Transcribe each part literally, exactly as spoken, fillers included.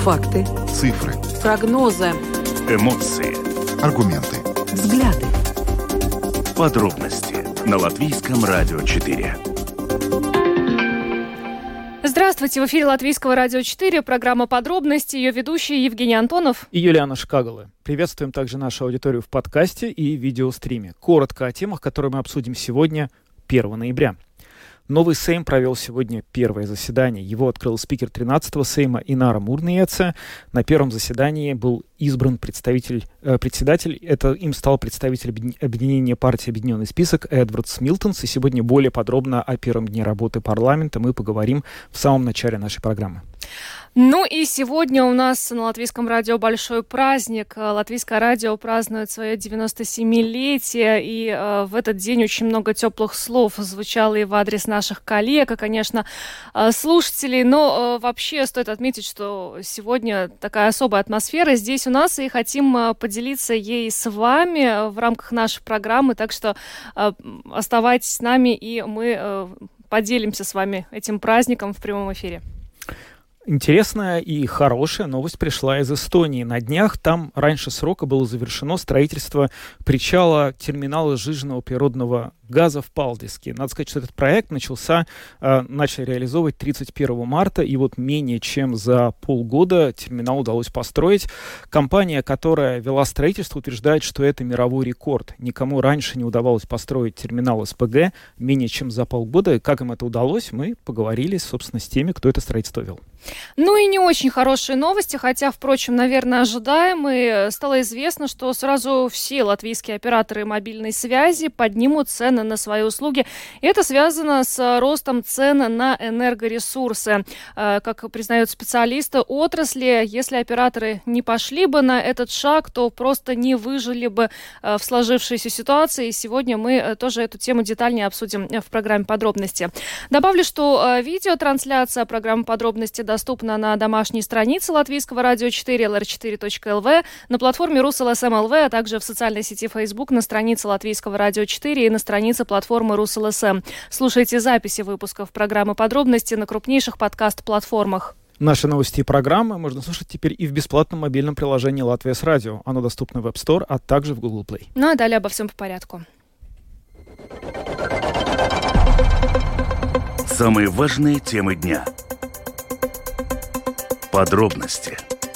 Факты. Цифры. Прогнозы. Эмоции. Аргументы. Взгляды. Подробности на Латвийском радио четыре. Здравствуйте, в эфире Латвийского радио четыре, программа «Подробности», ее ведущие Евгений Антонов и Юлиана Шкагала. Приветствуем также нашу аудиторию в подкасте и видеостриме. Коротко о темах, которые мы обсудим сегодня, первого ноября. Новый Сейм провел сегодня первое заседание. Его открыл спикер тринадцатого Сейма Инара Мурниеце. На первом заседании был избран представитель, э, председатель. Это им стал представитель объединения партии «Объединенный список» Эдвардс Милтонс. И сегодня более подробно о первом дне работы парламента мы поговорим в самом начале нашей программы. Ну и сегодня у нас на Латвийском радио большой праздник. Латвийское радио празднует свое девяносто семилетие, и э, в этот день очень много теплых слов звучало и в адрес наших коллег, и, конечно, э, слушателей. Но э, вообще стоит отметить, что сегодня такая особая атмосфера здесь у нас, и хотим э, поделиться ей с вами в рамках нашей программы. Так что э, оставайтесь с нами, и мы э, поделимся с вами этим праздником в прямом эфире. Интересная и хорошая новость пришла из Эстонии. На днях там раньше срока было завершено строительство причала терминала сжиженного природного газа в Палдиске. Надо сказать, что этот проект начался, э, начали реализовывать тридцать первого марта, и вот менее чем за полгода терминал удалось построить. Компания, которая вела строительство, утверждает, что это мировой рекорд. Никому раньше не удавалось построить терминал СПГ менее чем за полгода. Как им это удалось, мы поговорили, собственно, с теми, кто это строительство вел. Ну и не очень хорошие новости, хотя, впрочем, наверное, ожидаемые. Стало известно, что сразу все латвийские операторы мобильной связи поднимут цены на свои услуги. И это связано с ростом цен на энергоресурсы. Как признают специалисты отрасли, если операторы не пошли бы на этот шаг, то просто не выжили бы в сложившейся ситуации. И сегодня мы тоже эту тему детальнее обсудим в программе «Подробности». Добавлю, что видеотрансляция программы «Подробности» доступна на домашней странице Латвийского радио четыре эл эр четыре точка эл ви, на платформе РусЛСМ эл ви, а также в социальной сети Facebook на странице Латвийского радио четыре и на странице платформы РусЛСМ. Слушайте записи выпусков программы «Подробности» на крупнейших подкаст-платформах. Наши новости и программы можно слушать теперь и в бесплатном мобильном приложении «Латвия с радио». Оно доступно в App Store, а также в Google Play. Ну а далее обо всем по порядку. Самые важные темы дня. Подробности.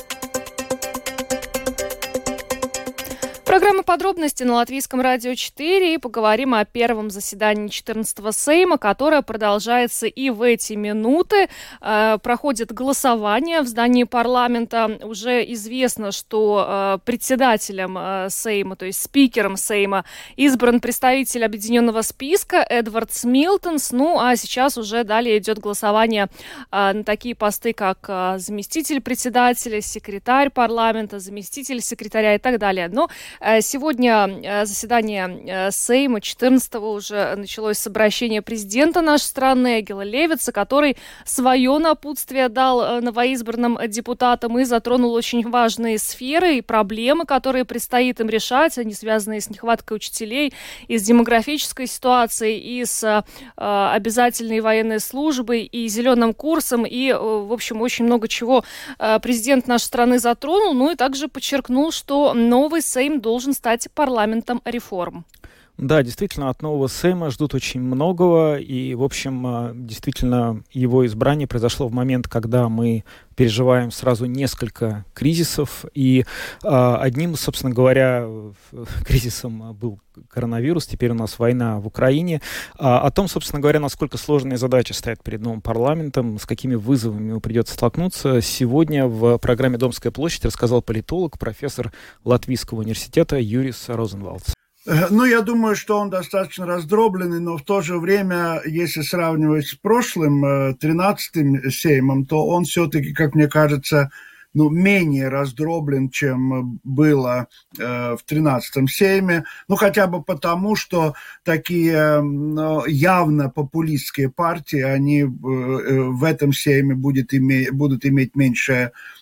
Программа «Подробности» на Латвийском радио четыре, и поговорим о первом заседании четырнадцатого Сейма, которое продолжается и в эти минуты. Э, проходит голосование в здании парламента. Уже известно, что э, председателем э, Сейма, то есть спикером Сейма, избран представитель объединенного списка Эдвардс Милтонс. Ну, а сейчас уже далее идет голосование э, на такие посты, как э, заместитель председателя, секретарь парламента, заместитель секретаря и так далее. Но сегодня заседание Сейма четырнадцатого уже началось с обращения президента нашей страны Эгила Левитса, который свое напутствие дал новоизбранным депутатам и затронул очень важные сферы и проблемы, которые предстоит им решать. Они связаны с нехваткой учителей, и с демографической ситуацией, и с э, обязательной военной службой, и зеленым курсом, и, э, в общем, очень много чего э, президент нашей страны затронул. Ну и также подчеркнул, что новый Сейм должен должен стать парламентом реформ. Да, действительно, от нового Сейма ждут очень многого, и, в общем, действительно, его избрание произошло в момент, когда мы переживаем сразу несколько кризисов, и э, одним, собственно говоря, кризисом был коронавирус, теперь у нас война в Украине. А, о том, собственно говоря, насколько сложные задачи стоят перед новым парламентом, с какими вызовами ему придется столкнуться, сегодня в программе «Домская площадь» рассказал политолог, профессор Латвийского университета Юрис Розенвалдс. Ну, я думаю, что он достаточно раздробленный, но в то же время, если сравнивать с прошлым, тринадцатым Сеймом, то он все-таки, как мне кажется, ну, менее раздроблен, чем было э, в тринадцатом Сейме. Ну, хотя бы потому, что такие ну, явно популистские партии, они э, в этом Сейме будет име- будут иметь меньшее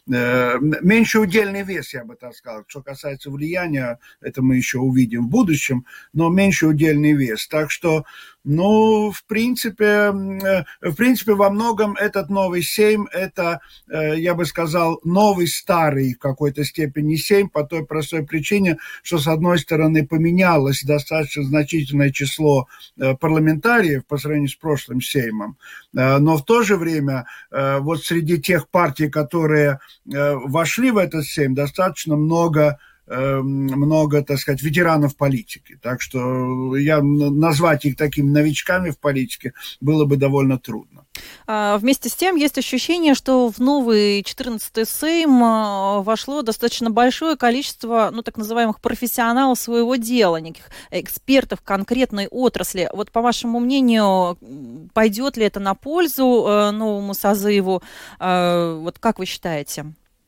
меньше удельный вес, я бы так сказал. Что касается влияния, это мы еще увидим в будущем, но меньше удельный вес. Так что, ну, в принципе, в принципе, во многом этот новый Сейм, это, я бы сказал, новый старый в какой-то степени Сейм, по той простой причине, что, с одной стороны, поменялось достаточно значительное число парламентариев по сравнению с прошлым Сеймом, но в то же время вот среди тех партий, которые вошли в этот Сейм, достаточно много много, так сказать, ветеранов политики. Так что я, назвать их такими новичками в политике было бы довольно трудно. А, вместе с тем есть ощущение, что в новый четырнадцатый Сейм вошло достаточно большое количество, ну, так называемых профессионалов своего дела, неких экспертов конкретной отрасли. Вот по вашему мнению, пойдет ли это на пользу э, новому созыву? Э, вот как вы считаете?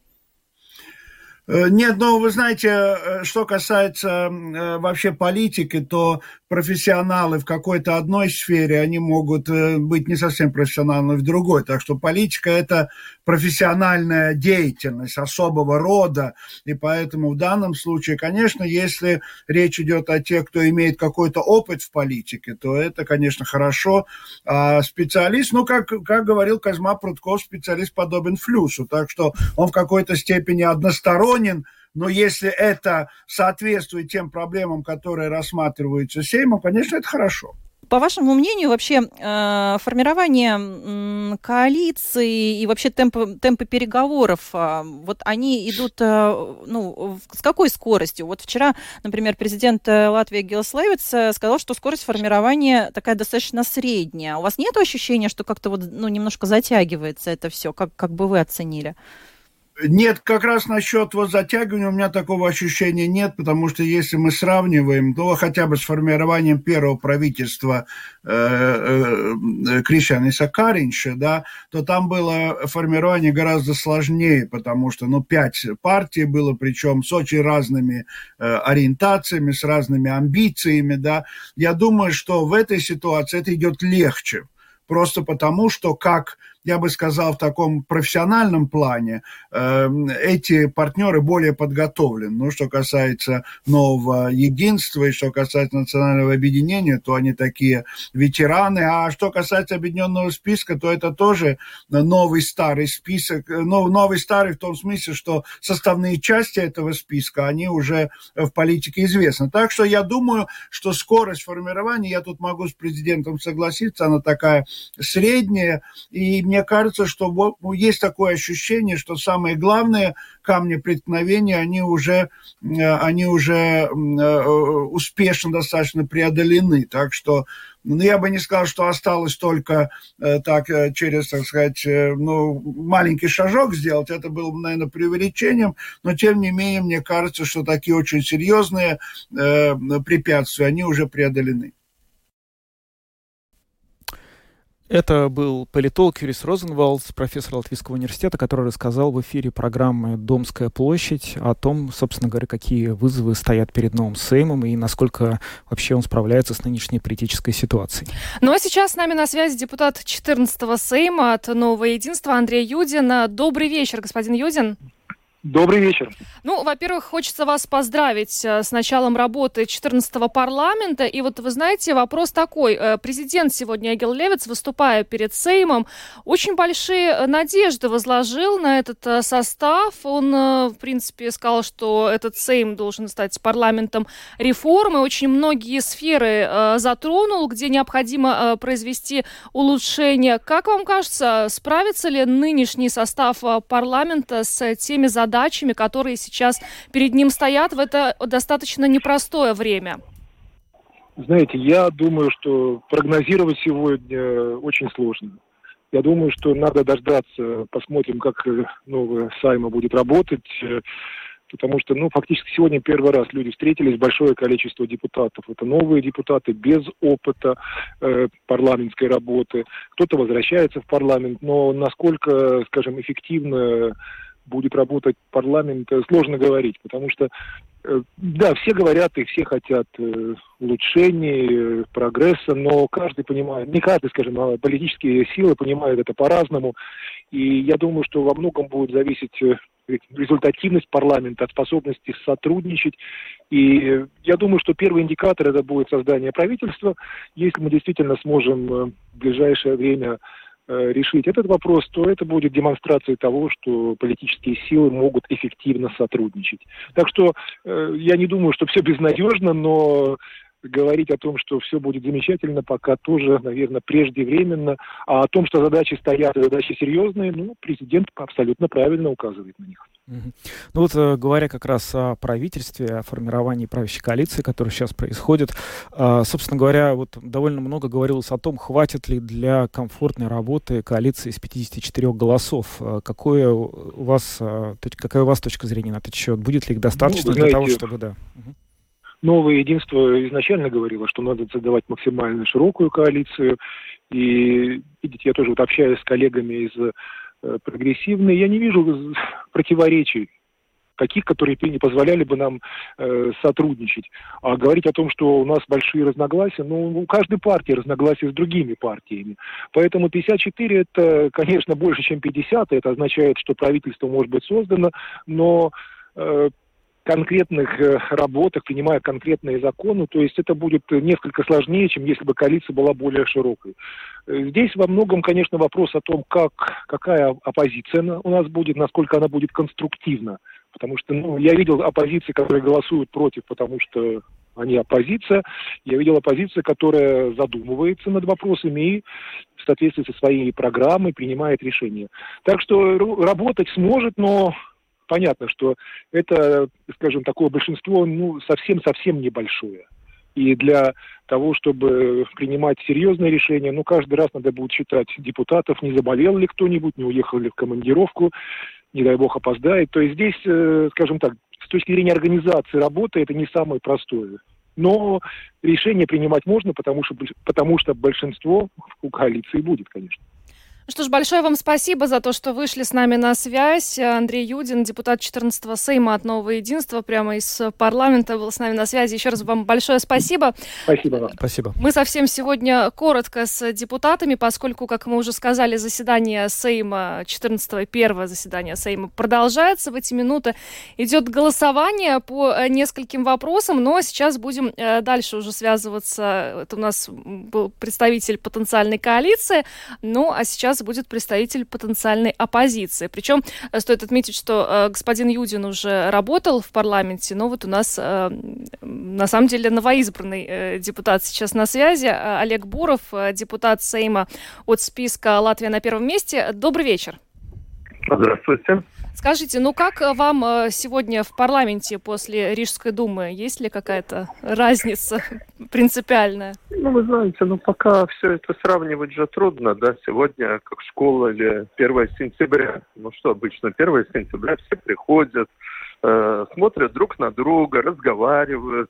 Нет, ну, вы знаете, что касается вообще политики, то профессионалы в какой-то одной сфере, они могут быть не совсем профессионалами в другой. Так что политика – это профессиональная деятельность особого рода, и поэтому в данном случае, конечно, если речь идет о тех, кто имеет какой-то опыт в политике, то это, конечно, хорошо. А специалист, ну, как, как говорил Козьма Прутков, специалист подобен флюсу, так что он в какой-то степени односторонен, но если это соответствует тем проблемам, которые рассматриваются Сеймом, конечно, это хорошо. По вашему мнению, вообще э, формирование э, коалиции и вообще темпы, темпы переговоров, э, вот они идут э, ну, с какой скоростью? Вот вчера, например, президент Латвии Гилс Левитс сказал, что скорость формирования такая достаточно средняя. У вас нет ощущения, что как-то вот, ну, немножко затягивается это все? Как, как бы вы оценили? Нет, как раз насчет вот затягивания у меня такого ощущения нет, потому что если мы сравниваем, то хотя бы с формированием первого правительства э, э, Кришьяниса Кариньша, да, то там было формирование гораздо сложнее, потому что, ну, пять партий было, причем с очень разными э, ориентациями, с разными амбициями, да. Я думаю, что в этой ситуации это идет легче, просто потому что, как я бы сказал, в таком профессиональном плане э, эти партнеры более подготовлены. Ну, что касается нового единства и что касается национального объединения, то они такие ветераны. А что касается объединенного списка, то это тоже новый старый список. Ну, новый старый в том смысле, что составные части этого списка, они уже в политике известны. Так что я думаю, что скорость формирования, я тут могу с президентом согласиться, она такая средняя, и мне кажется, что вот есть такое ощущение, что самые главные камни преткновения, они уже, они уже успешно достаточно преодолены. Так что, ну, я бы не сказал, что осталось только так через, так сказать, ну, маленький шажок сделать. Это было, наверное, преувеличением, но тем не менее, мне кажется, что такие очень серьезные препятствия, они уже преодолены. Это был политолог Юрис Розенвалдс, профессор Латвийского университета, который рассказал в эфире программы «Домская площадь» о том, собственно говоря, какие вызовы стоят перед новым Сеймом и насколько вообще он справляется с нынешней политической ситуацией. Ну а сейчас с нами на связи депутат четырнадцатого Сейма от Нового единства Андрей Юдин. Добрый вечер, господин Юдин. Добрый вечер. Ну, во-первых, хочется вас поздравить с началом работы четырнадцатого парламента. И вот, вы знаете, вопрос такой. Президент сегодня Эгил Левитс, выступая перед Сеймом, очень большие надежды возложил на этот состав. Он, в принципе, сказал, что этот Сейм должен стать парламентом реформы. Очень многие сферы затронул, где необходимо произвести улучшения. Как вам кажется, справится ли нынешний состав парламента с теми задачами, задачами, которые сейчас перед ним стоят в это достаточно непростое время? Знаете, я думаю, что прогнозировать сегодня очень сложно. Я думаю, что надо дождаться, посмотрим, как новая Сайма будет работать, потому что, ну, фактически сегодня первый раз люди встретились, большое количество депутатов. Это новые депутаты без опыта э, парламентской работы. Кто-то возвращается в парламент, но насколько, скажем, эффективно будет работать парламент, сложно говорить, потому что, да, все говорят и все хотят улучшений, прогресса, но каждый понимает, не каждый, скажем, а политические силы понимают это по-разному, и я думаю, что во многом будет зависеть результативность парламента, от способности сотрудничать. И я думаю, что первый индикатор это будет создание правительства. Если мы действительно сможем в ближайшее время решить этот вопрос, то это будет демонстрацией того, что политические силы могут эффективно сотрудничать. Так что э, я не думаю, что все безнадежно, но говорить о том, что все будет замечательно, пока тоже, наверное, преждевременно. А о том, что задачи стоят, и задачи серьезные, ну, президент абсолютно правильно указывает на них. Mm-hmm. Ну вот, говоря как раз о правительстве, о формировании правящей коалиции, которая сейчас происходит, собственно говоря, вот довольно много говорилось о том, хватит ли для комфортной работы коалиции из пятидесяти четырёх голосов. Какое у вас, какая у вас точка зрения на этот счет? Будет ли их достаточно ну, знаете, для того, чтобы... Да. Угу. Новое единство изначально говорило, что надо создавать максимально широкую коалицию. И, видите, я тоже вот общаюсь с коллегами из э, прогрессивной, я не вижу противоречий таких, которые не позволяли бы нам э, сотрудничать. А говорить о том, что у нас большие разногласия, ну, у каждой партии разногласия с другими партиями. Поэтому пятьдесят четыре это, конечно, больше, чем пятьдесят, это означает, что правительство может быть создано, но... Э, конкретных работах, принимая конкретные законы, то есть это будет несколько сложнее, чем если бы коалиция была более широкой. Здесь во многом, конечно, вопрос о том, как, какая оппозиция у нас будет, насколько она будет конструктивна. Потому что ну, я видел оппозиции, которые голосуют против, потому что они оппозиция. Я видел оппозицию, которая задумывается над вопросами и в соответствии со своей программой принимает решения. Так что работать сможет, но... Понятно, что это, скажем, такое большинство, ну, совсем-совсем небольшое. И для того, чтобы принимать серьезные решения, ну, каждый раз надо будет считать депутатов, не заболел ли кто-нибудь, не уехал ли в командировку, не дай бог опоздает. То есть здесь, скажем так, с точки зрения организации работы, это не самое простое. Но решение принимать можно, потому что, потому что большинство у коалиции будет, конечно. Что ж, большое вам спасибо за то, что вышли с нами на связь. Андрей Юдин, депутат четырнадцатого Сейма от Нового единства, прямо из парламента был с нами на связи. Еще раз вам большое спасибо. Спасибо вам. Спасибо. Мы совсем сегодня коротко с депутатами, поскольку, как мы уже сказали, заседание Сейма, четырнадцатого, первое заседание Сейма продолжается. В эти минуты идет голосование по нескольким вопросам, но сейчас будем дальше уже связываться. Это у нас был представитель потенциальной коалиции, ну а сейчас будет представитель потенциальной оппозиции. Причем стоит отметить, что э, господин Юдин уже работал в парламенте, но вот у нас э, на самом деле новоизбранный э, депутат сейчас на связи, э, Олег Буров, э, депутат Сейма от списка «Латвия на первом месте». Добрый вечер. Здравствуйте. Скажите, ну как вам сегодня в парламенте после Рижской думы? Есть ли какая-то разница принципиальная? Ну, вы знаете, ну пока все это сравнивать же трудно, да, сегодня как школа или первое сентября. Ну что, обычно первое сентября все приходят, э, смотрят друг на друга, разговаривают,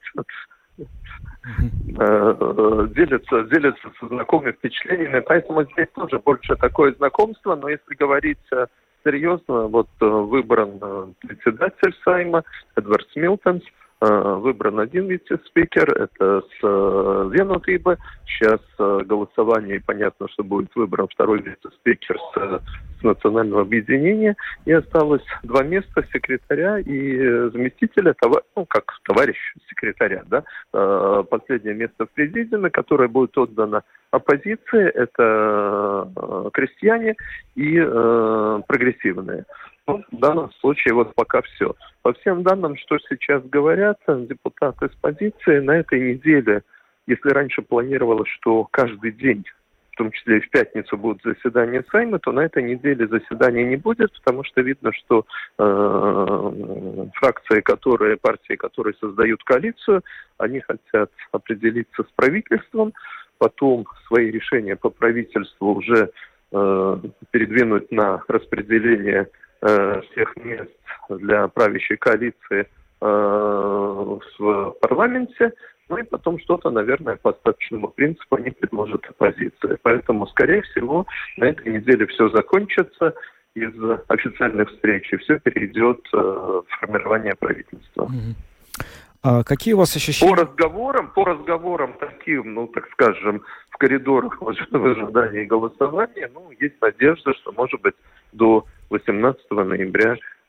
делятся, делятся со знакомыми впечатлениями, поэтому здесь тоже больше такое знакомство, но если говорить серьезно, вот выбран председатель Сайма Эдвардс Милтонс, выбран один вице-спикер, это с Vienotības. Сейчас голосование, и понятно, что будет выбран второй вице-спикер с, с Национального объединения. И осталось два места секретаря и заместителя, ну, как товарищ секретаря, да. Последнее место в президиуме, которое будет отдано оппозиции, это крестьяне и прогрессивные. Ну, в данном случае вот пока все. По всем данным, что сейчас говорят депутаты с позиции, на этой неделе, если раньше планировалось, что каждый день, в том числе и в пятницу, будут заседания Сейма, то на этой неделе заседания не будет, потому что видно, что э, фракции, которые, партии, которые создают коалицию, они хотят определиться с правительством, потом свои решения по правительству уже э, передвинуть на распределение всех мест для правящей коалиции э, в парламенте, ну и потом что-то, наверное, по остаточному принципу они предложат оппозиции. Поэтому, скорее всего, на этой неделе все закончится из официальных встреч, и все перейдет э, в формирование правительства. Mm-hmm. А какие у вас ощущения? По разговорам, по разговорам таким, ну, так скажем, в коридорах в ожидании голосования, ну, есть надежда, что, может быть, до восемнадцатого ноября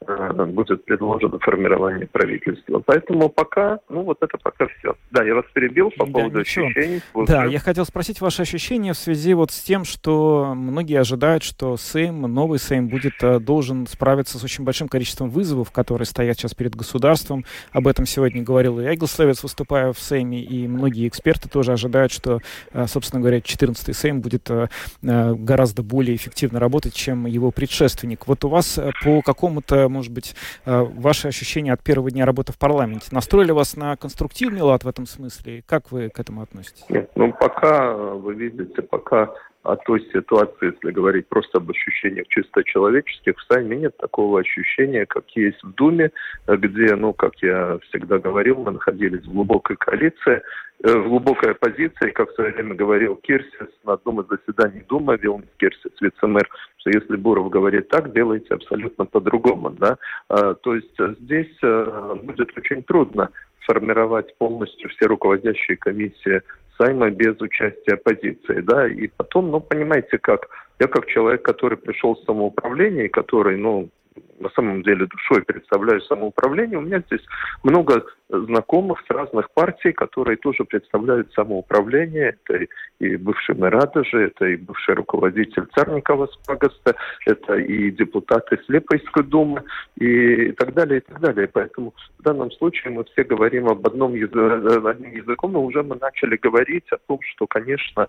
будет предложено формирование правительства. Поэтому пока, ну вот это пока все. Да, я вас перебил по да, поводу ничего. ощущений. Да, я хотел спросить ваши ощущения в связи вот с тем, что многие ожидают, что Сейм, новый Сейм будет, должен справиться с очень большим количеством вызовов, которые стоят сейчас перед государством. Об этом сегодня говорил и Егославец, выступая в Сейме, и многие эксперты тоже ожидают, что, собственно говоря, четырнадцатый Сейм будет гораздо более эффективно работать, чем его предшественник. Вот у вас по какому-то, может быть, ваши ощущения от первого дня работы в парламенте настроили вас на конструктивный лад в этом смысле? Как вы к этому относитесь? Нет, ну пока, вы видите, пока о той ситуации, если говорить просто об ощущениях чисто человеческих, в Сайме нет такого ощущения, как есть в Думе, где, ну, как я всегда говорил, мы находились в глубокой коалиции, в глубокой оппозиции, как в свое время говорил Кирсис на одном из заседаний Думы, Вилнис Кирсис, вице-мэр, что если Буров говорит так, делайте абсолютно по-другому, да. А, то есть здесь а, будет очень трудно формировать полностью все руководящие комиссии Сайма без участия оппозиции, да, и потом, ну, понимаете как, я как человек, который пришел с самоуправления, который, ну, на самом деле душой представляю самоуправление, у меня здесь много знакомых с разных партий, которые тоже представляют самоуправление. Это и бывший мэр Радожи, это и бывший руководитель Царникова Спагаста, это и депутаты Слепойской думы, и так далее, и так далее. Поэтому в данном случае мы все говорим об одном языке, одним языком, но уже мы начали говорить о том, что, конечно,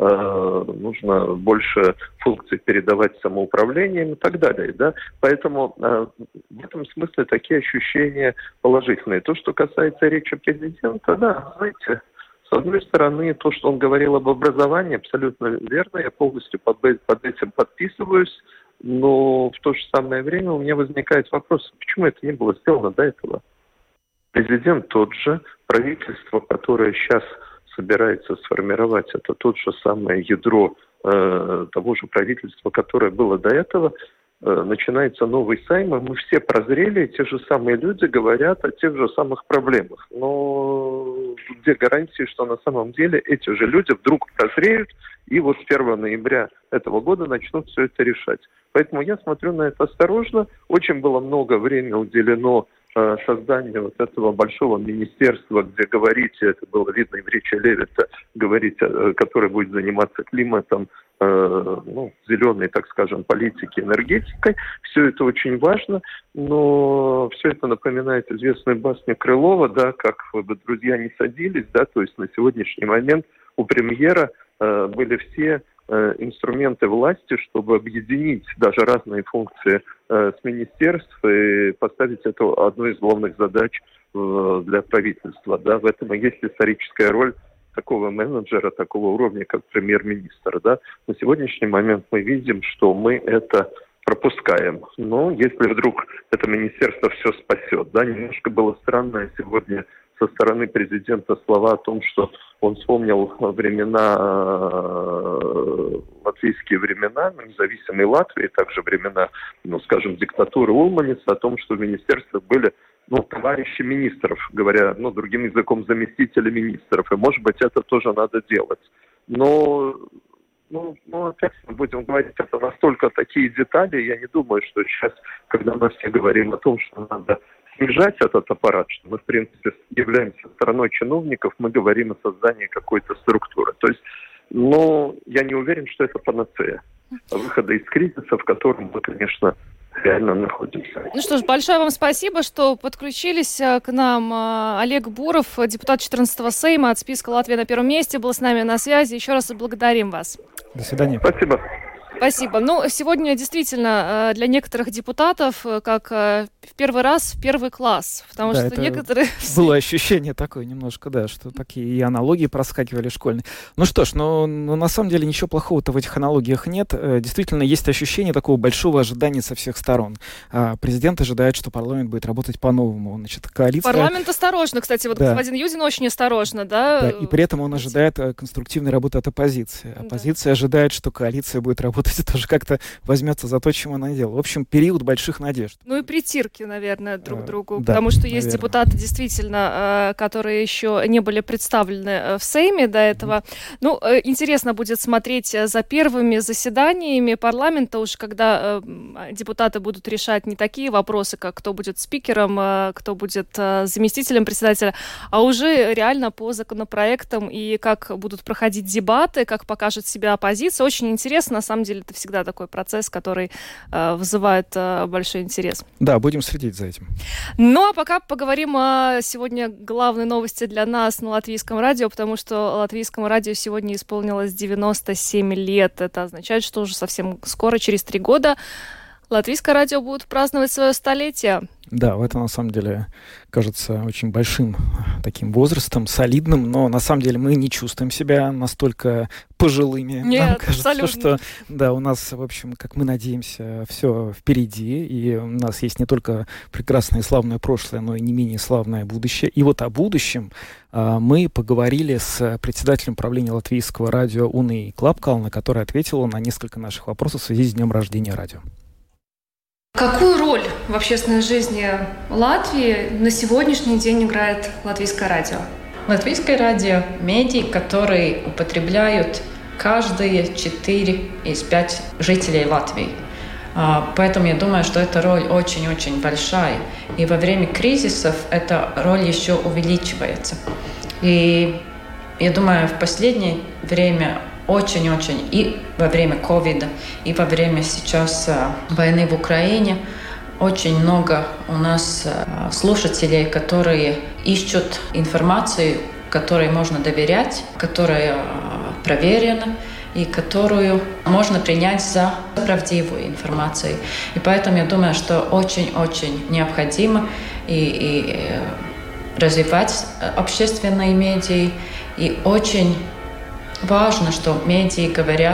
нужно больше функций передавать самоуправлением и так далее, да. Поэтому э, в этом смысле такие ощущения положительные. То, что касается речи президента, да, знаете, с одной стороны, то, что он говорил об образовании, абсолютно верно, я полностью под, под этим подписываюсь, но в то же самое время у меня возникает вопрос, почему это не было сделано до этого? Президент тот же, правительство, которое сейчас собирается сформировать, это тот же самое ядро э, того же правительства, которое было до этого, э, начинается новый Сайм, и мы все прозрели, те же самые люди говорят о тех же самых проблемах. Но где гарантии, что на самом деле эти же люди вдруг прозреют и вот с первого ноября этого года начнут все это решать. Поэтому я смотрю на это осторожно. Очень было много времени уделено создание вот этого большого министерства, где говорите, это было видно и в речи Левита, говорите, который будет заниматься климатом, э, ну, зеленой, так скажем, политикой, энергетикой. Все это очень важно, но все это напоминает известную басню Крылова, да, как бы друзья не садились, да, то есть на сегодняшний момент у премьера э, были все инструменты власти, чтобы объединить даже разные функции э, с министерств и поставить это одной из главных задач э, для правительства. Да? В этом и есть историческая роль такого менеджера, такого уровня, как премьер-министр. Да? На сегодняшний момент мы видим, что мы это пропускаем. Но если вдруг это министерство все спасет, да, немножко было странно сегодня со стороны президента слова о том, что он вспомнил времена, латвийские времена, независимой Латвии, также времена, ну, скажем, диктатуры Улманиса, о том, что в министерствах были, ну, товарищи министров, говоря, ну, другим языком, заместители министров. И, может быть, это тоже надо делать. Но, ну, ну, опять мы будем говорить, это настолько такие детали, я не думаю, что сейчас, когда мы все говорим о том, что надо снижать этот аппарат, что мы, в принципе, являемся стороной чиновников, мы говорим о создании какой-то структуры. То есть, ну, я не уверен, что это панацея выхода из кризиса, в котором мы, конечно, реально находимся. Ну что ж, большое вам спасибо, что подключились к нам. Олег Буров, депутат четырнадцатого Сейма от списка «Латвия на первом месте», был с нами на связи. Еще раз благодарим вас. До свидания. Спасибо. Спасибо. Ну, сегодня действительно для некоторых депутатов как в первый раз в первый класс, потому да, что некоторые... Было ощущение такое немножко, да, что такие и аналогии проскакивали школьные. Ну что ж, ну, ну на самом деле ничего плохого-то в этих аналогиях нет. Действительно, есть ощущение такого большого ожидания со всех сторон. Президент ожидает, что парламент будет работать по-новому. Значит, коалиция... Парламент осторожно, кстати, вот да. господин Юдин очень осторожно, да? Да, и при этом он ожидает конструктивной работы от оппозиции. Оппозиция да. ожидает, что коалиция будет работать кстати, тоже как-то возьмется за то, чем она делала. В общем, период больших надежд. Ну и притирки, наверное, друг к другу. Да, потому что есть наверное. депутаты, действительно, которые еще не были представлены в Сейме до этого. Mm-hmm. Ну, интересно будет смотреть за первыми заседаниями парламента, уж когда депутаты будут решать не такие вопросы, как кто будет спикером, кто будет заместителем председателя, а уже реально по законопроектам и как будут проходить дебаты, как покажет себя оппозиция. Очень интересно. На самом деле, это всегда такой процесс, который э, вызывает э, большой интерес. Да, будем следить за этим. Ну, а пока поговорим о сегодня главной новости для нас на Латвийском радио, потому что Латвийскому радио сегодня исполнилось девяносто семь лет. Это означает, что уже совсем скоро, через три года, Латвийское радио будет праздновать свое столетие. Да, это на самом деле кажется очень большим таким возрастом, солидным, но на самом деле мы не чувствуем себя настолько пожилыми. Нет, Нам кажется, абсолютно. что да, у нас, в общем, как мы надеемся, все впереди, и у нас есть не только прекрасное и славное прошлое, но и не менее славное будущее. И вот о будущем а, мы поговорили с председателем правления Латвийского радио Уной Клапкална, которая ответила на несколько наших вопросов в связи с днем рождения радио. Какую роль в общественной жизни Латвии на сегодняшний день играет Латвийское радио? Латвийское радио – медиа, которые употребляют каждые четыре из пяти жителей Латвии. Поэтому я думаю, что эта роль очень-очень большая. И во время кризисов эта роль еще увеличивается. И я думаю, в последнее время очень-очень и во время ковида, и во время сейчас войны в Украине очень много у нас слушателей, которые ищут информацию, которой можно доверять, которая проверена и которую можно принять за правдивую информацию. И поэтому я думаю, что очень-очень необходимо и, и развивать общественные медиа, и очень важно, что медиа говорят,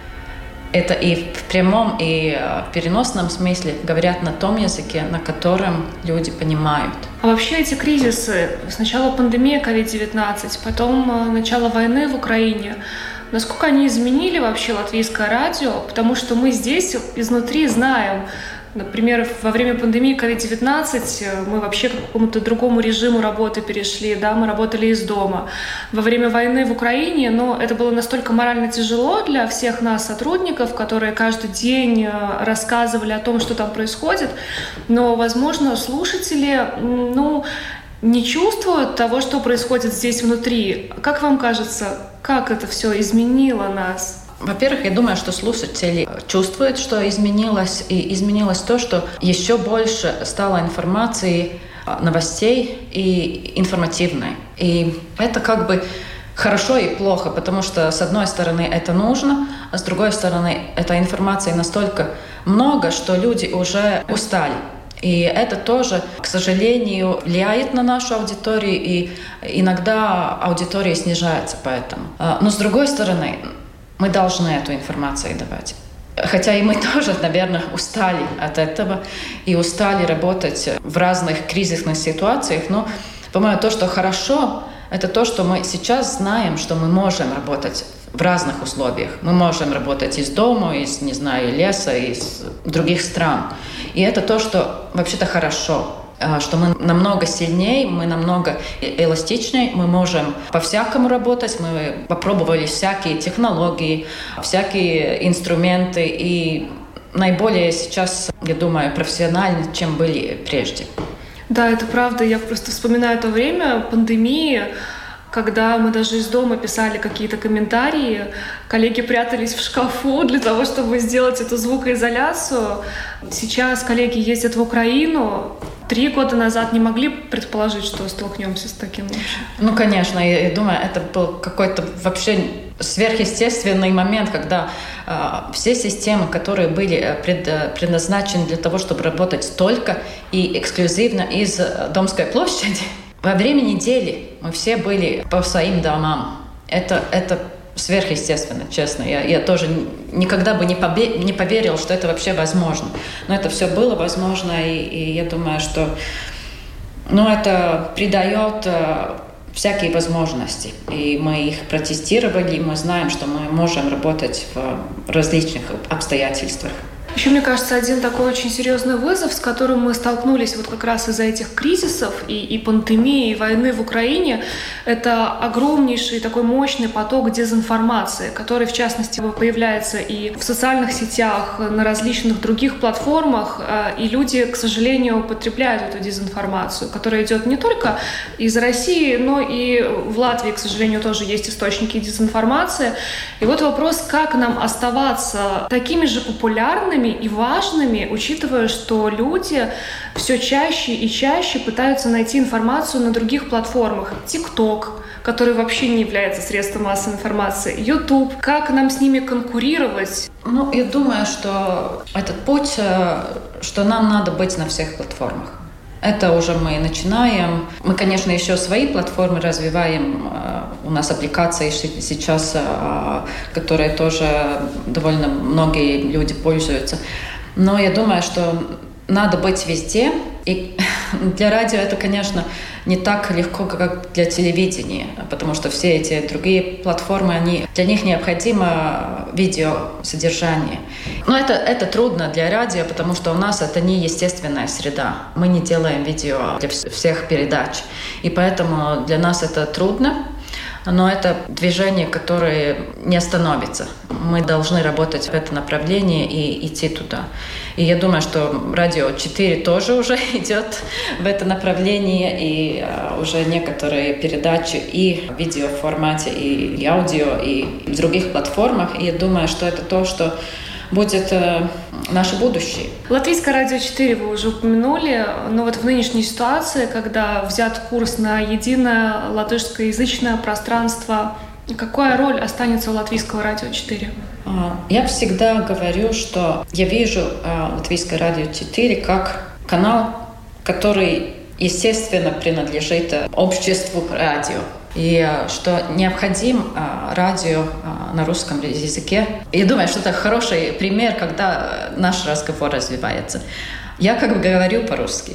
это и в прямом, и в переносном смысле говорят на том языке, на котором люди понимают. А вообще эти кризисы, сначала пандемия ковид девятнадцать, потом начало войны в Украине, насколько они изменили вообще латвийское радио? Потому что мы здесь изнутри знаем, например, во время пандемии ковид девятнадцать мы вообще к какому-то другому режиму работы перешли, да, мы работали из дома. Во время войны в Украине, но это было настолько морально тяжело для всех нас, сотрудников, которые каждый день рассказывали о том, что там происходит, но, возможно, слушатели, ну, не чувствуют того, что происходит здесь внутри. Как вам кажется, как это все изменило нас? Во-первых, я думаю, что слушатели чувствуют, что изменилось, и изменилось то, что еще больше стало информации, новостей и информативной. И это как бы хорошо и плохо, потому что, с одной стороны, это нужно, а с другой стороны, этой информации настолько много, что люди уже устали. И это тоже, к сожалению, влияет на нашу аудиторию, и иногда аудитория снижается поэтому. Но, с другой стороны, мы должны эту информацию давать. Хотя и мы тоже, наверное, устали от этого и устали работать в разных кризисных ситуациях. Но, по-моему, то, что хорошо, это то, что мы сейчас знаем, что мы можем работать в разных условиях. Мы можем работать из дома, из, не знаю, леса, из других стран. И это то, что вообще-то хорошо. Что мы намного сильнее, мы намного эластичнее, мы можем по-всякому работать, мы попробовали всякие технологии, всякие инструменты, и наиболее сейчас, я думаю, профессиональны, чем были прежде. Да, это правда. Я просто вспоминаю то время пандемии, когда мы даже из дома писали какие-то комментарии, коллеги прятались в шкафу для того, чтобы сделать эту звукоизоляцию. Сейчас коллеги ездят в Украину. Три года назад не могли предположить, что столкнемся с таким вообще. Ну, конечно, я, я думаю, это был какой-то вообще сверхъестественный момент, когда э, все системы, которые были пред, предназначены для того, чтобы работать только и эксклюзивно из Домской площади, во время недели мы все были по своим домам. Это, это сверхъестественно, честно. Я, я тоже никогда бы не, побе- не поверил, что это вообще возможно. Но это все было возможно, и, и я думаю, что ну, это придает э, всякие возможности. И мы их протестировали, и мы знаем, что мы можем работать в различных обстоятельствах. Еще, мне кажется, один такой очень серьезный вызов, с которым мы столкнулись вот как раз из-за этих кризисов и, и пандемии, и войны в Украине, это огромнейший такой мощный поток дезинформации, который, в частности, появляется и в социальных сетях, на различных других платформах, и люди, к сожалению, употребляют эту дезинформацию, которая идет не только из России, но и в Латвии, к сожалению, тоже есть источники дезинформации. И вот вопрос, как нам оставаться такими же популярными и важными, учитывая, что люди все чаще и чаще пытаются найти информацию на других платформах. TikTok, который вообще не является средством массовой информации, YouTube. Как нам с ними конкурировать? Ну, я думаю, что этот путь, что нам надо быть на всех платформах. Это уже мы начинаем. Мы, конечно, еще свои платформы развиваем. У нас аппликации сейчас, которые тоже довольно многие люди пользуются. Но я думаю, что надо быть везде. И для радио это, конечно, не так легко, как для телевидения, потому что все эти другие платформы, они, для них необходимо видеосодержание. Но это, это трудно для радио, потому что у нас это не естественная среда. Мы не делаем видео для всех передач. И поэтому для нас это трудно. Но это движение, которое не остановится. Мы должны работать в это направлении и идти туда. И я думаю, что радио четыре тоже уже идет в это направление, и уже некоторые передачи и в видеоформате, и, и аудио, и в других платформах. И я думаю, что это то, что будет э, наше будущее. Латвийское радио четыре вы уже упомянули, но вот в нынешней ситуации, когда взят курс на единое латышскоязычное пространство, какая роль останется у Латвийского радио четыре? Я всегда говорю, что я вижу э, Латвийское радио четыре как канал, который, естественно, принадлежит обществу радио. И что необходим а, радио а, на русском языке. Я думаю, что это хороший пример, когда наш разговор развивается. Я как бы говорю по-русски,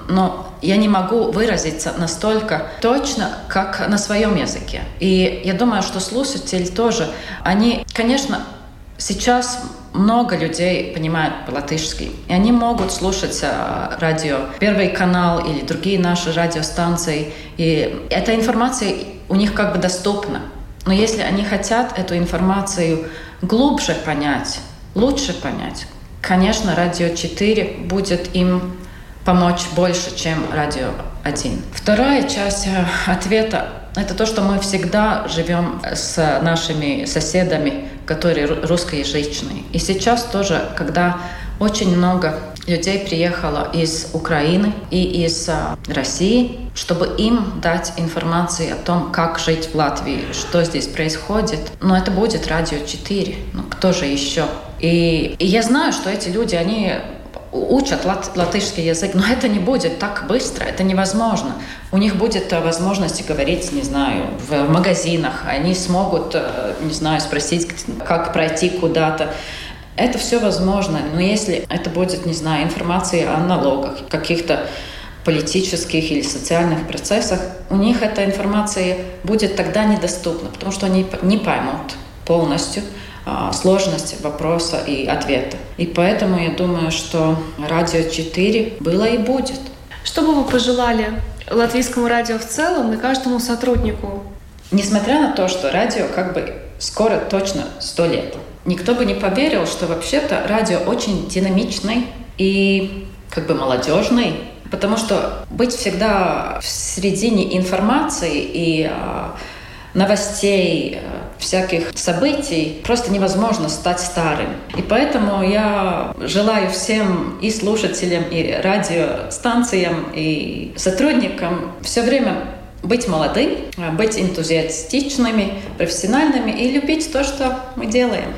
но я не могу выразиться настолько точно, как на своем языке. И я думаю, что слушатели тоже, они, конечно, сейчас много людей понимают по-латышски, и они могут слушать а, радио Первый канал или другие наши радиостанции, и эта информация у них как бы доступна. Но если они хотят эту информацию глубже понять, лучше понять, конечно, радио четыре будет им помочь больше, чем радио один. Вторая часть ответа — это то, что мы всегда живем с нашими соседями, которые русскоязычные. И сейчас тоже, когда очень много людей приехало из Украины и из России, чтобы им дать информацию о том, как жить в Латвии, что здесь происходит. Но это будет радио четыре. Ну, кто же еще? И, и я знаю, что эти люди, они учат лат, латышский язык, но это не будет так быстро, это невозможно. У них будет возможность говорить, не знаю, в магазинах, они смогут, не знаю, спросить, как пройти куда-то. Это все возможно, но если это будет, не знаю, информация о налогах, каких-то политических или социальных процессах, у них эта информация будет тогда недоступна, потому что они не поймут полностью сложность вопроса и ответа. И поэтому я думаю, что радио четыре было и будет. Что бы вы пожелали латвийскому радио в целом и каждому сотруднику? Несмотря на то, что радио как бы скоро точно сто лет, никто бы не поверил, что вообще-то радио очень динамичный и как бы молодежный, потому что быть всегда в середине информации и а, новостей, всяких событий просто невозможно стать старым. И поэтому я желаю всем и слушателям, и радиостанциям, и сотрудникам все время быть молодым, быть энтузиастичными, профессиональными и любить то, что мы делаем.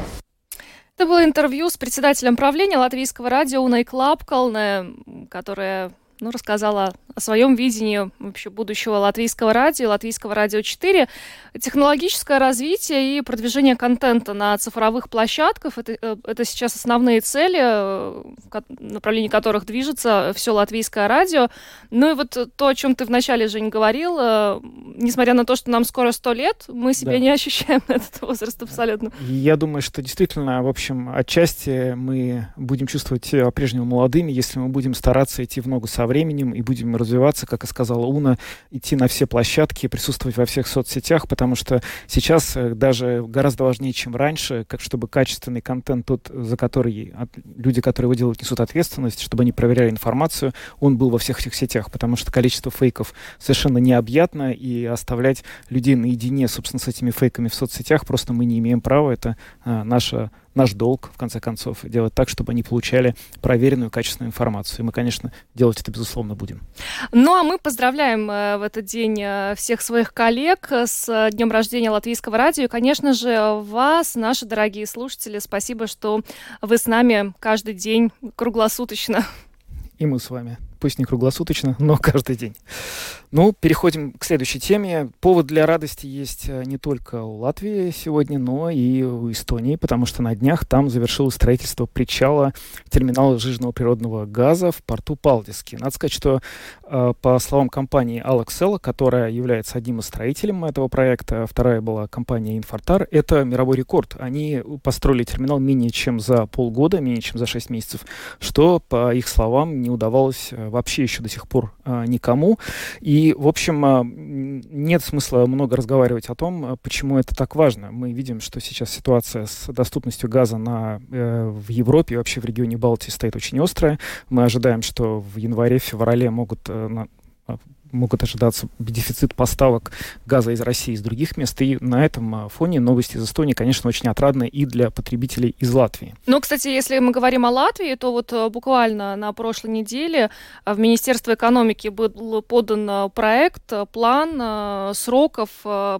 Это было интервью с председателем правления Латвийского радио Уной Клапкалне, которая ну, рассказала о своем видении вообще будущего латвийского радио, латвийского радио четыре. Технологическое развитие и продвижение контента на цифровых площадках — это, это сейчас основные цели, в направлении которых движется все латвийское радио. Ну и вот то, о чем ты вначале, Жень, говорил, несмотря на то, что нам скоро сто лет, мы себя да. не ощущаем этот возраст абсолютно. Я думаю, что действительно, в общем, отчасти мы будем чувствовать себя по-прежнему молодыми, если мы будем стараться идти в ногу со временем и будем развиваться, как и сказала Уна, идти на все площадки, присутствовать во всех соцсетях, потому что сейчас даже гораздо важнее, чем раньше, как чтобы качественный контент, тот, за который люди, которые его делают, несут ответственность, чтобы они проверяли информацию, он был во всех этих сетях, потому что количество фейков совершенно необъятно, и оставлять людей наедине, собственно, с этими фейками в соцсетях просто мы не имеем права. Это а, наша наш долг, в конце концов, делать так, чтобы они получали проверенную, качественную информацию. И мы, конечно, делать это, безусловно, будем. Ну, а мы поздравляем э, в этот день э, всех своих коллег с э, днем рождения Латвийского радио. И, конечно же, вас, наши дорогие слушатели, спасибо, что вы с нами каждый день круглосуточно. И мы с вами. Пусть не круглосуточно, но каждый день. Ну, переходим к следующей теме. Повод для радости есть не только у Латвии сегодня, но и у Эстонии, потому что на днях там завершилось строительство причала терминала сжиженного природного газа в порту Палдиски. Надо сказать, что по словам компании Alexela, которая является одним из строителей этого проекта, вторая была компания Infortar, это мировой рекорд. Они построили терминал менее чем за полгода, менее чем за шесть месяцев, что, по их словам, не удавалось вообще еще до сих пор а, никому. И, в общем, а, нет смысла много разговаривать о том, а, почему это так важно. Мы видим, что сейчас ситуация с доступностью газа на, э, в Европе и вообще в регионе Балтии стоит очень острая. Мы ожидаем, что в январе-феврале могут... Э, на, могут ожидаться дефицит поставок газа из России, из других мест. И на этом фоне новости из Эстонии, конечно, очень отрадны и для потребителей из Латвии. Ну, кстати, если мы говорим о Латвии, то вот буквально на прошлой неделе в Министерство экономики был подан проект, план сроков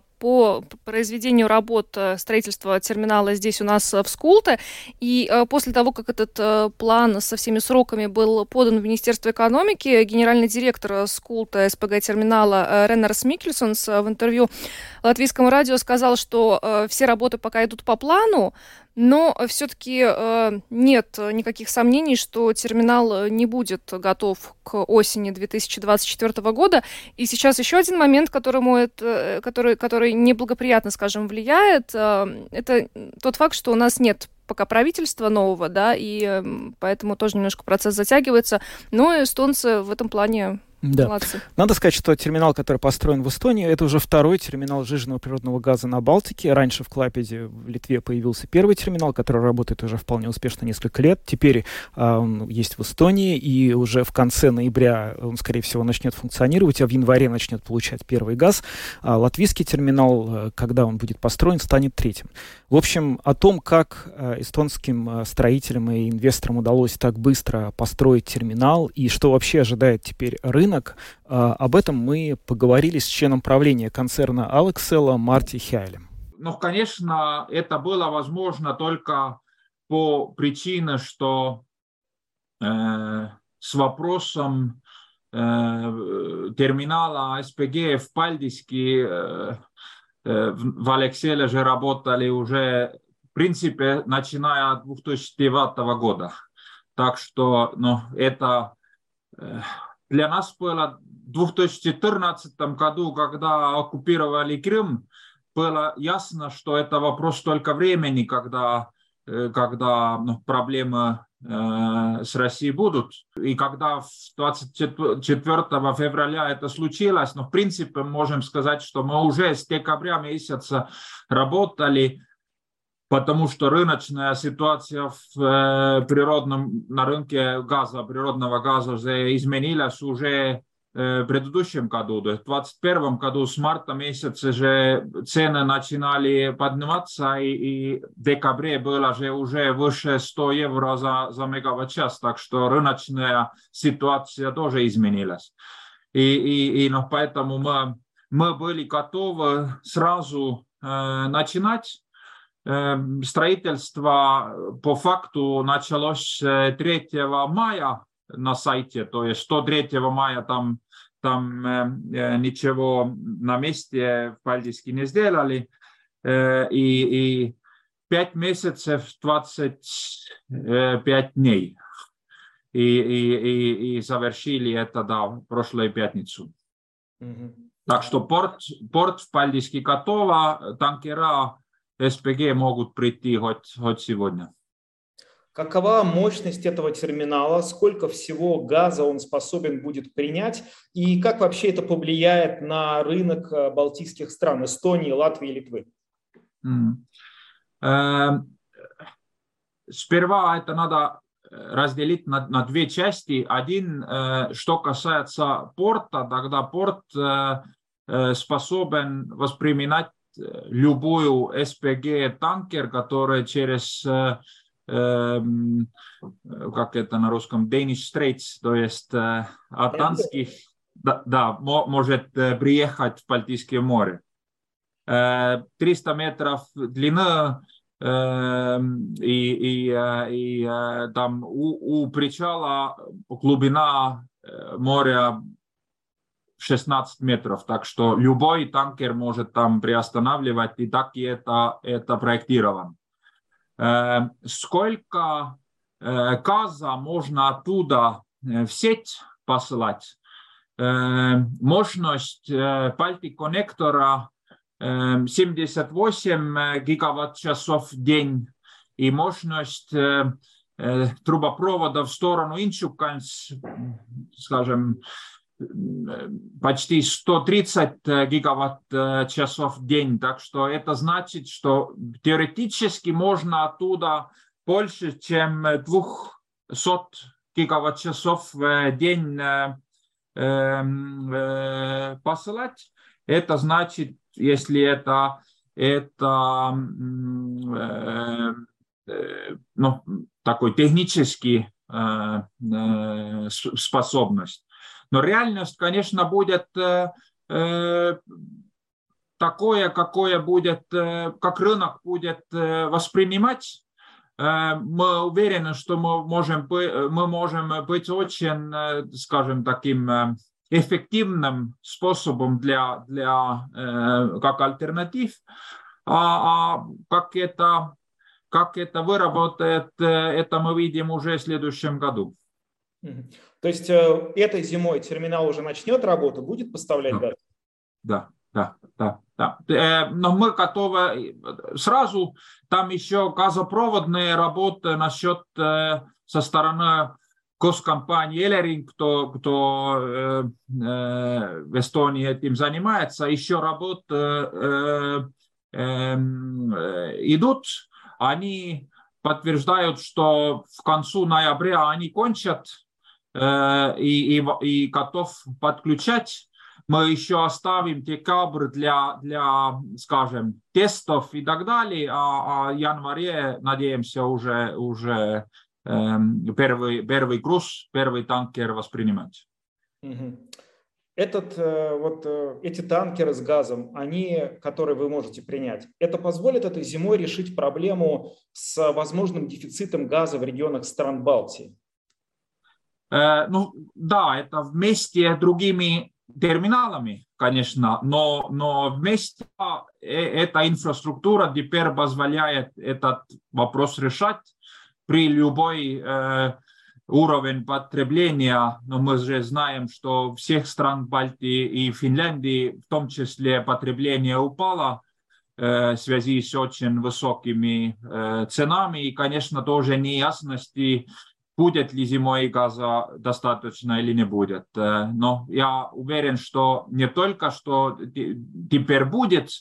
по произведению работ строительства терминала здесь у нас в Скулте. И после того, как этот план со всеми сроками был подан в Министерство экономики, генеральный директор Скулта СПГ-терминала Реннерс Микельсонс в интервью латвийскому радио сказал, что все работы пока идут по плану, но все-таки э, нет никаких сомнений, что терминал не будет готов к осени две тысячи двадцать четвёртого года. И сейчас еще один момент, которому это, который, который неблагоприятно, скажем, влияет, э, это тот факт, что у нас нет пока правительства нового, да, и э, поэтому тоже немножко процесс затягивается. Но эстонцы в этом плане... Да. Молодцы. Надо сказать, что терминал, который построен в Эстонии, это уже второй терминал сжиженного природного газа на Балтике. Раньше в Клайпеде, в Литве, появился первый терминал, который работает уже вполне успешно несколько лет. Теперь э, он есть в Эстонии, и уже в конце ноября он, скорее всего, начнет функционировать, а в январе начнет получать первый газ. А латвийский терминал, когда он будет построен, станет третьим. В общем, о том, как э, эстонским э, строителям и инвесторам удалось так быстро построить терминал, и что вообще ожидает теперь рынок, об этом мы поговорили с членом правления концерна Alexela Марти Хайлем. Ну, конечно, это было возможно только по причине, что э, с вопросом э, терминала СПГ в Пальдиске э, э, в Alexela же работали уже, в принципе, начиная от две тысячи девятого года. Так что, ну, это... Э, Для нас было в две тысячи четырнадцатом году, когда оккупировали Крым, было ясно, что это вопрос только времени, когда, когда ну, проблемы э, с Россией будут. И когда двадцать четвёртого февраля это случилось, ну, в принципе, можем сказать, что мы уже с декабря месяца работали, потому что рыночная ситуация в э, природном, на рынке газа, природного газа уже изменилась уже э, в предыдущем году. То есть в двадцать первом году с марта месяца же цены начинали подниматься, и, и в декабре было же уже выше ста евро за, за мегаватт-час, так что рыночная ситуация тоже изменилась. И, и, и ну, поэтому мы, мы были готовы сразу э, начинать. Строительство по факту началось третьего мая на сайте, то есть до третьего мая там, там э, ничего на месте в Пальдиске не сделали, э, и, и пять месяцев двадцать пять дней, и, и, и, и завершили это, да, в прошлую пятницу. Mm-hmm. Так что порт, порт в Пальдиске готово, танкера эс пэ гэ могут прийти хоть, хоть сегодня. Какова мощность этого терминала, сколько всего газа он способен будет принять, и как вообще это повлияет на рынок балтийских стран, Эстонии, Латвии, Литвы? Mm. Сперва это надо разделить на, на две части. Один, что касается порта, тогда порт способен воспринимать любую эс пэ гэ-танкер, который через, как это на русском, Danish Straits, то есть от Данских, да, да, может приехать в Балтийское море. триста метров длины, и, и, и там у, у причала глубина моря шестнадцать метров, так что любой танкер может там приостанавливать, и так и это, это проектировано. Сколько газа можно оттуда в сеть посылать? Мощность Baltic-коннектора семьдесят восемь гигаватт-часов в день, и мощность э, э, трубопровода в сторону Инчуканс, скажем, почти сто тридцать гигаватт-часов в день. Так что это значит, что теоретически можно оттуда больше, чем двухсот гигаватт-часов в день э, э, посылать. Это значит, если это, это э, э, ну, такой технический э, э, способность. Но реальность, конечно, будет э, э, такое, какое будет, э, как рынок будет э, воспринимать. Э, мы уверены, что мы можем, мы можем быть очень, э, скажем, таким... Э, эффективным способом для, для э, как альтернатив, а, а как, это, как это выработает, это мы видим уже в следующем году. То есть э, этой зимой терминал уже начнет работу, будет поставлять газ? Да, да, да, да. Э, но мы готовы сразу, там еще газопроводные работы насчет э, со стороны госкомпании Elering, кто, кто э, э, в Эстонии этим занимается, еще работы э, э, э, идут. Они подтверждают, что в концу ноября они кончат э, и, и, и готов подключать. Мы еще оставим декабрь для, для, скажем, тестов и так далее, а, а в январе, надеемся, уже, уже Первый, первый груз, первый танкер воспринимать. Этот, вот, эти танкеры с газом, они, которые вы можете принять, это позволит этой зимой решить проблему с возможным дефицитом газа в регионах стран Балтии? Э, ну, да, это вместе с другими терминалами, конечно, но, но вместе эта инфраструктура теперь позволяет этот вопрос решать. При любой э, уровень потребления, но мы же знаем, что всех стран Балтии и Финляндии, в том числе, потребление упало э, в связи с очень высокими э, ценами. И, конечно, тоже неясности, будет ли зимой газа достаточно или не будет. Э, но я уверен, что не только что теперь будет,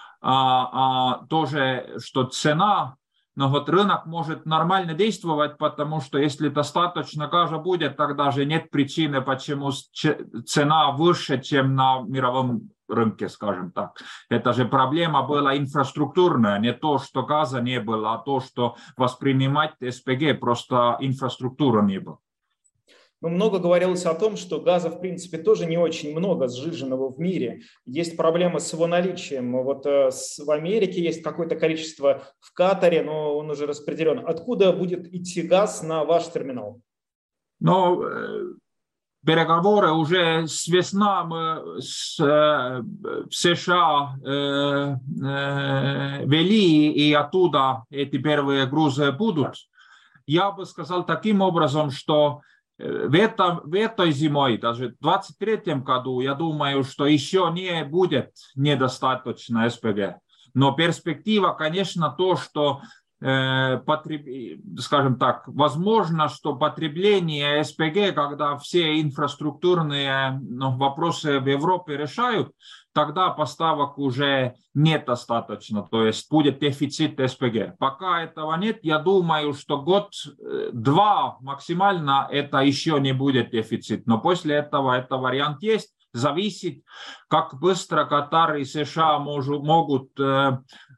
а, а тоже, что цена. Но вот рынок может нормально действовать, потому что если достаточно газа будет, тогда же нет причины, почему цена выше, чем на мировом рынке, скажем так. Это же проблема была инфраструктурная, не то, что газа не было, а то, что воспринимать эс пэ гэ просто инфраструктура не было. Ну, много говорилось о том, что газа, в принципе, тоже не очень много сжиженного в мире. Есть проблема с его наличием. Вот э, с, в Америке есть какое-то количество, в Катаре, но он уже распределен. Откуда будет идти газ на ваш терминал? Но переговоры уже с весны мы с, в США э, э, вели, и оттуда эти первые грузы будут. Я бы сказал таким образом, что в, этом, в этой зимой, даже в двадцать третьем году, я думаю, что еще не будет недостаточно СПГ. Но перспектива, конечно, то, что, э, потреб... скажем так, возможно, что потребление СПГ, когда все инфраструктурные ну, вопросы в Европе решают, тогда поставок уже недостаточно, то есть будет дефицит СПГ. Пока этого нет, я думаю, что год-два максимально это еще не будет дефицит, но после этого это вариант есть. Зависит, как быстро Катар и США можу, могут э,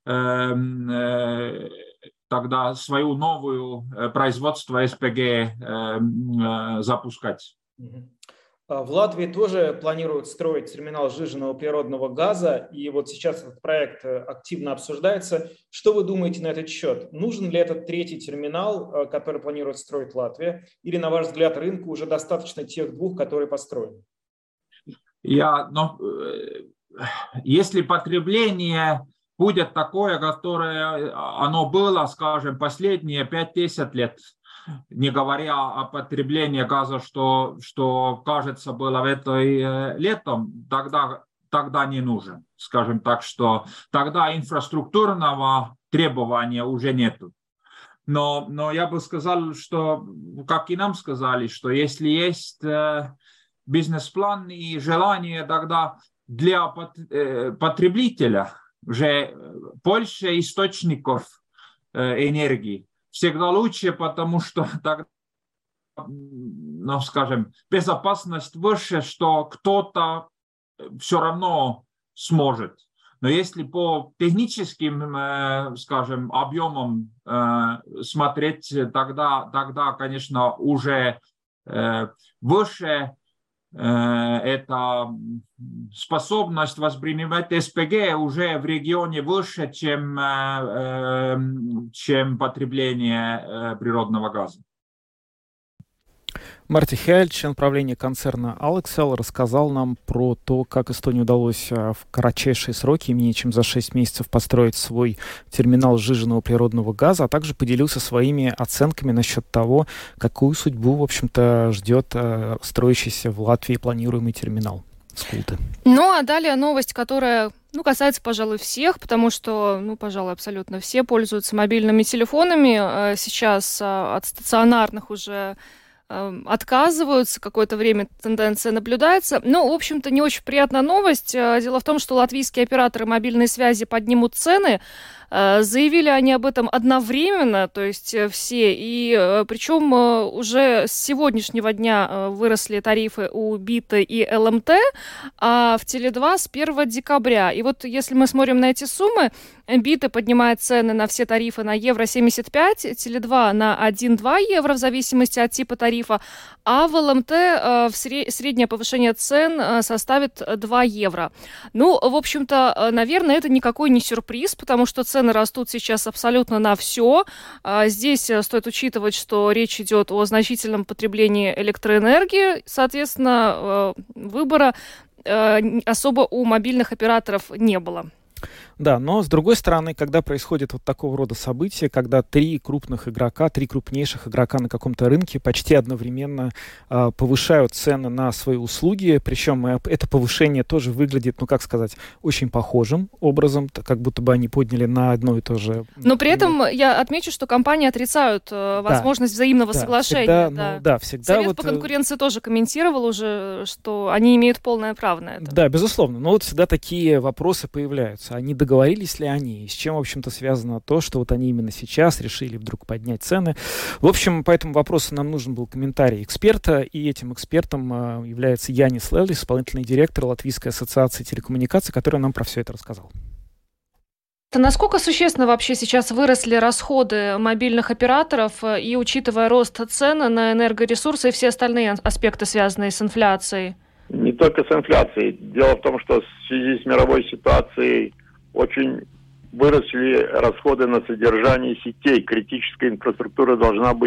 э, тогда свою новую э, производство СПГ э, э, запускать. В Латвии тоже планируют строить терминал сжиженного природного газа, и вот сейчас этот проект активно обсуждается. Что вы думаете на этот счет? Нужен ли этот третий терминал, который планирует строить Латвия, или, на ваш взгляд, рынку уже достаточно тех двух, которые построены? Я, ну, если потребление будет такое, которое оно было, скажем, последние пять-десять лет, не говоря о потреблении газа, что, что кажется, было в этой летом, тогда, тогда не нужен. Скажем так, что тогда инфраструктурного требования уже нету. Но, но я бы сказал, что, как и нам сказали, что если есть бизнес-план и желание, тогда для потребителя уже больше источников энергии всегда лучше, потому что тогда, ну, скажем, безопасность выше, что кто-то все равно сможет. Но если по техническим, скажем, объемам смотреть, тогда, тогда конечно, уже выше эта способность воспринимать СПГ уже в регионе выше, чем, чем потребление природного газа. Марти Хайль, член правления концерна Алексел, рассказал нам про то, как Эстонии удалось в кратчайшие сроки, менее чем за шесть месяцев, построить свой терминал сжиженного природного газа, а также поделился своими оценками насчет того, какую судьбу, в общем-то, ждет строящийся в Латвии планируемый терминал Скулты. Ну, а далее новость, которая, ну, касается, пожалуй, всех, потому что, ну, пожалуй, абсолютно все пользуются мобильными телефонами. Сейчас от стационарных уже отказываются, какое-то время тенденция наблюдается. Но, в общем-то, не очень приятная новость. Дело в том, что латвийские операторы мобильной связи поднимут цены. Заявили они об этом одновременно, то есть все, и причем уже с сегодняшнего дня выросли тарифы у Бита и эл эм тэ, а в Теле два с первого декабря. И вот если мы смотрим на эти суммы, Бита поднимает цены на все тарифы на евро семьдесят пять, Теле два на один-два евро в зависимости от типа тарифа, а в эл эм тэ в среднее повышение цен составит два евро. Ну, в общем-то, наверное, это никакой не сюрприз, потому что цены растут сейчас абсолютно на все. Здесь стоит учитывать, что речь идет о значительном потреблении электроэнергии. Соответственно, выбора особо у мобильных операторов не было. Да, но с другой стороны, когда происходит вот такого рода события, когда три крупных игрока, три крупнейших игрока на каком-то рынке почти одновременно э, повышают цены на свои услуги, причем э, это повышение тоже выглядит, ну как сказать, очень похожим образом, как будто бы они подняли на одно и то же. Но при этом я отмечу, что компании отрицают э, возможность да, взаимного да, соглашения. Всегда, да. Ну, да, всегда Совет вот, по конкуренции тоже комментировал уже, что они имеют полное право на это. Да, безусловно, но вот всегда такие вопросы появляются. Они договорились ли они, и с чем, в общем-то, связано то, что вот они именно сейчас решили вдруг поднять цены. В общем, по этому вопросу нам нужен был комментарий эксперта, и этим экспертом э, является Янис Лелис, исполнительный директор Латвийской ассоциации телекоммуникаций, который нам про все это рассказал. Насколько существенно вообще сейчас выросли расходы мобильных операторов, и учитывая рост цен на энергоресурсы и все остальные аспекты, связанные с инфляцией? Не только с инфляцией. Дело в том, что в связи с мировой ситуацией очень выросли расходы на содержание сетей. Критическая инфраструктура должна быть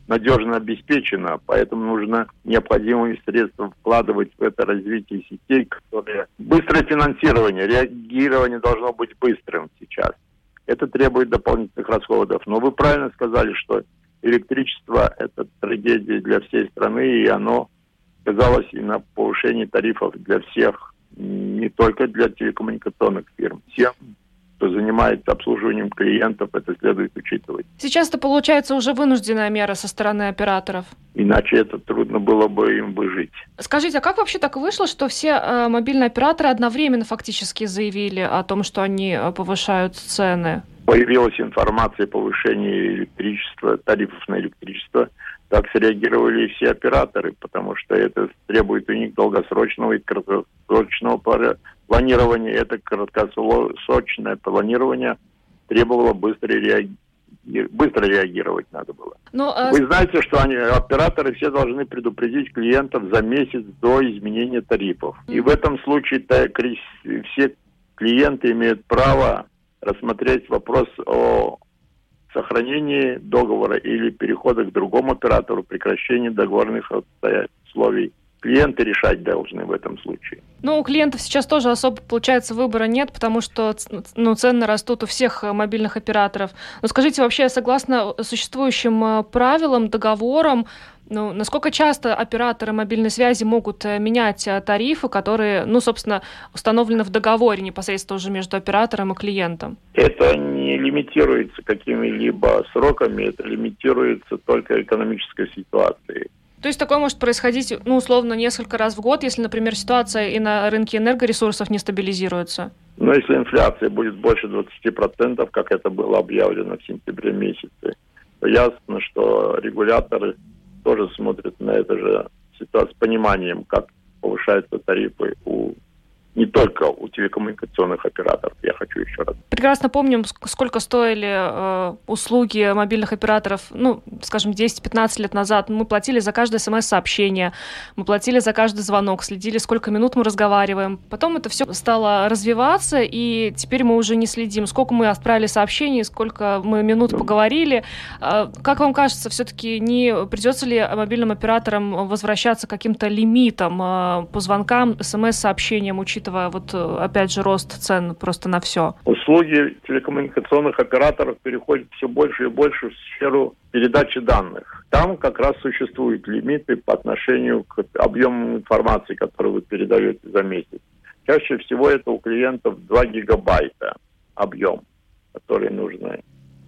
надежно обеспечена, поэтому нужно необходимые средства вкладывать в это развитие сетей, которые... Быстрое финансирование, реагирование должно быть быстрым сейчас. Это требует дополнительных расходов. Но вы правильно сказали, что электричество – это трагедия для всей страны, и оно сказалось и на повышении тарифов для всех, не только для телекоммуникационных фирм. Всем, кто занимается обслуживанием клиентов, это следует учитывать. Сейчас это получается уже вынужденная мера со стороны операторов. Иначе это трудно было бы им выжить. Скажите, а как вообще так вышло, что все э, мобильные операторы одновременно фактически заявили о том, что они повышают цены? Появилась информация о повышении электричества, тарифов на электричество. Так среагировали и все операторы, потому что это требует у них долгосрочного и краткосрочного планирования. Это краткосрочное планирование требовало быстро реагировать. Быстро реагировать надо было. Ну, а... Вы знаете, что они, операторы все должны предупредить клиентов за месяц до изменения тарифов. Mm-hmm. И в этом случае так, все клиенты имеют право рассмотреть вопрос о сохранении договора или перехода к другому оператору, прекращении договорных условий. Клиенты решать должны в этом случае. Ну, у клиентов сейчас тоже особо, получается, выбора нет, потому что ну, цены растут у всех мобильных операторов. Но скажите, вообще, согласно существующим правилам, договорам, ну, насколько часто операторы мобильной связи могут менять тарифы, которые, ну, собственно, установлены в договоре непосредственно уже между оператором и клиентом? Это не лимитируется какими-либо сроками, это лимитируется только экономической ситуацией. То есть такое может происходить, ну, условно, несколько раз в год, если, например, ситуация и на рынке энергоресурсов не стабилизируется? Но если инфляция будет больше двадцати процентов, как это было объявлено в сентябре месяце, то ясно, что регуляторы тоже смотрят на эту же ситуацию с пониманием, как повышаются тарифы у не только у телекоммуникационных операторов, я хочу еще раз. Прекрасно помним, сколько стоили э, услуги мобильных операторов, ну, скажем, десять-пятнадцать лет назад. Мы платили за каждое смс-сообщение, мы платили за каждый звонок, следили, сколько минут мы разговариваем. Потом это все стало развиваться, и теперь мы уже не следим, сколько мы отправили сообщений, сколько мы минут ну. поговорили. Э, как вам кажется, все-таки не придется ли мобильным операторам возвращаться к каким-то лимитам э, по звонкам, смс-сообщениям, учитывая вот, опять же, рост цен просто на все? Услуги телекоммуникационных операторов переходят все больше и больше в сферу передачи данных. Там как раз существуют лимиты по отношению к объему информации, которую вы передаете за месяц. Чаще всего это у клиентов два гигабайта объем, который нужно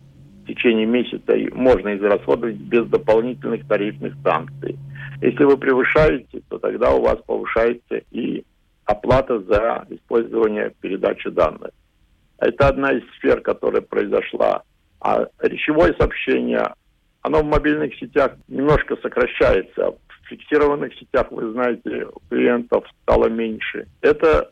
в течение месяца можно израсходовать без дополнительных тарифных санкций. Если вы превышаете, то тогда у вас повышается и оплата за использование передачи данных. Это одна из сфер, которая произошла. А речевое сообщение, оно в мобильных сетях немножко сокращается. В фиксированных сетях, вы знаете, у клиентов стало меньше. Это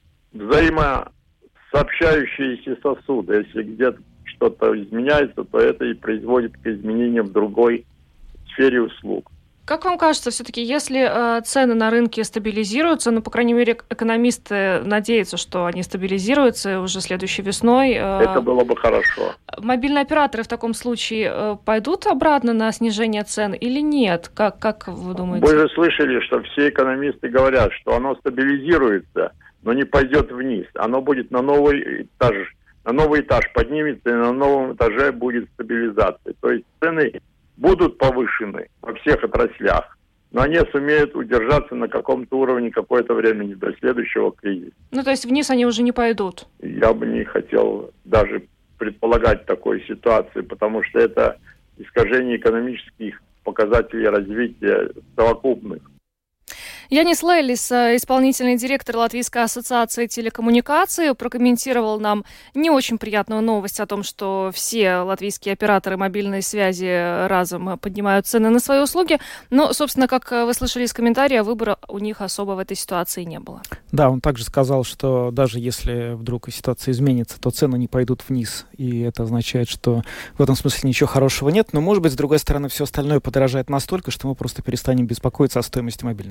взаимосообщающиеся сосуды. Если где-то что-то изменяется, то это и производит к изменениям в другой сфере услуг. Как вам кажется, все-таки, если э, цены на рынке стабилизируются, ну, по крайней мере, экономисты надеются, что они стабилизируются уже следующей весной. Э, Это было бы хорошо. Мобильные операторы в таком случае э, пойдут обратно на снижение цен или нет? Как, как вы думаете? Вы же слышали, что все экономисты говорят, что оно стабилизируется, но не пойдет вниз. Оно будет на новый этаж, на новый этаж поднимется, и на новом этаже будет стабилизация. То есть цены будут повышены во всех отраслях, но они сумеют удержаться на каком-то уровне какое-то время до следующего кризиса. Ну, то есть вниз они уже не пойдут? Я бы не хотел даже предполагать такой ситуации, потому что это искажение экономических показателей развития совокупных. Янис Лейлис, исполнительный директор Латвийской ассоциации телекоммуникаций, прокомментировал нам не очень приятную новость о том, что все латвийские операторы мобильной связи разом поднимают цены на свои услуги. Но, собственно, как вы слышали из комментария, выбора у них особо в этой ситуации не было. Да, он также сказал, что даже если вдруг ситуация изменится, то цены не пойдут вниз. И это означает, что в этом смысле ничего хорошего нет. Но, может быть, с другой стороны, все остальное подорожает настолько, что мы просто перестанем беспокоиться о стоимости мобильной связи.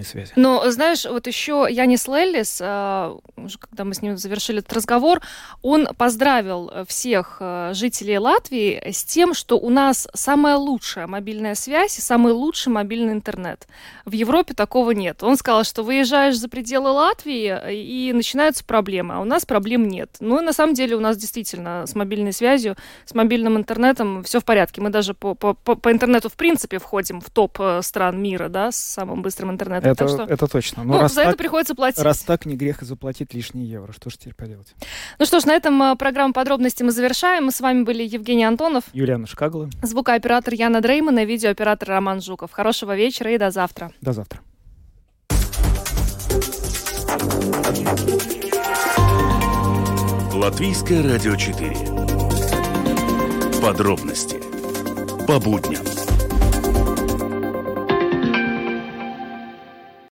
Но, знаешь, вот еще Янис Леллис, когда мы с ним завершили этот разговор, он поздравил всех жителей Латвии с тем, что у нас самая лучшая мобильная связь и самый лучший мобильный интернет. В Европе такого нет. Он сказал, что выезжаешь за пределы Латвии и начинаются проблемы, а у нас проблем нет. Ну и на самом деле у нас действительно с мобильной связью, с мобильным интернетом все в порядке. Мы даже по, по, по интернету в принципе входим в топ стран мира, да, с самым быстрым интернетом. Это, так что, это точно. Но ну, раз за так, это приходится платить. Раз так, не грех и заплатить лишние евро. Что же теперь поделать? Ну что ж, на этом программу «Подробности» мы завершаем. Мы с вами были Евгений Антонов, Юлиана Шкагла, звукооператор Яна Дрейман и видеооператор Роман Жуков. Хорошего вечера и до завтра. До завтра. Латвийское радио четыре. Подробности по будням.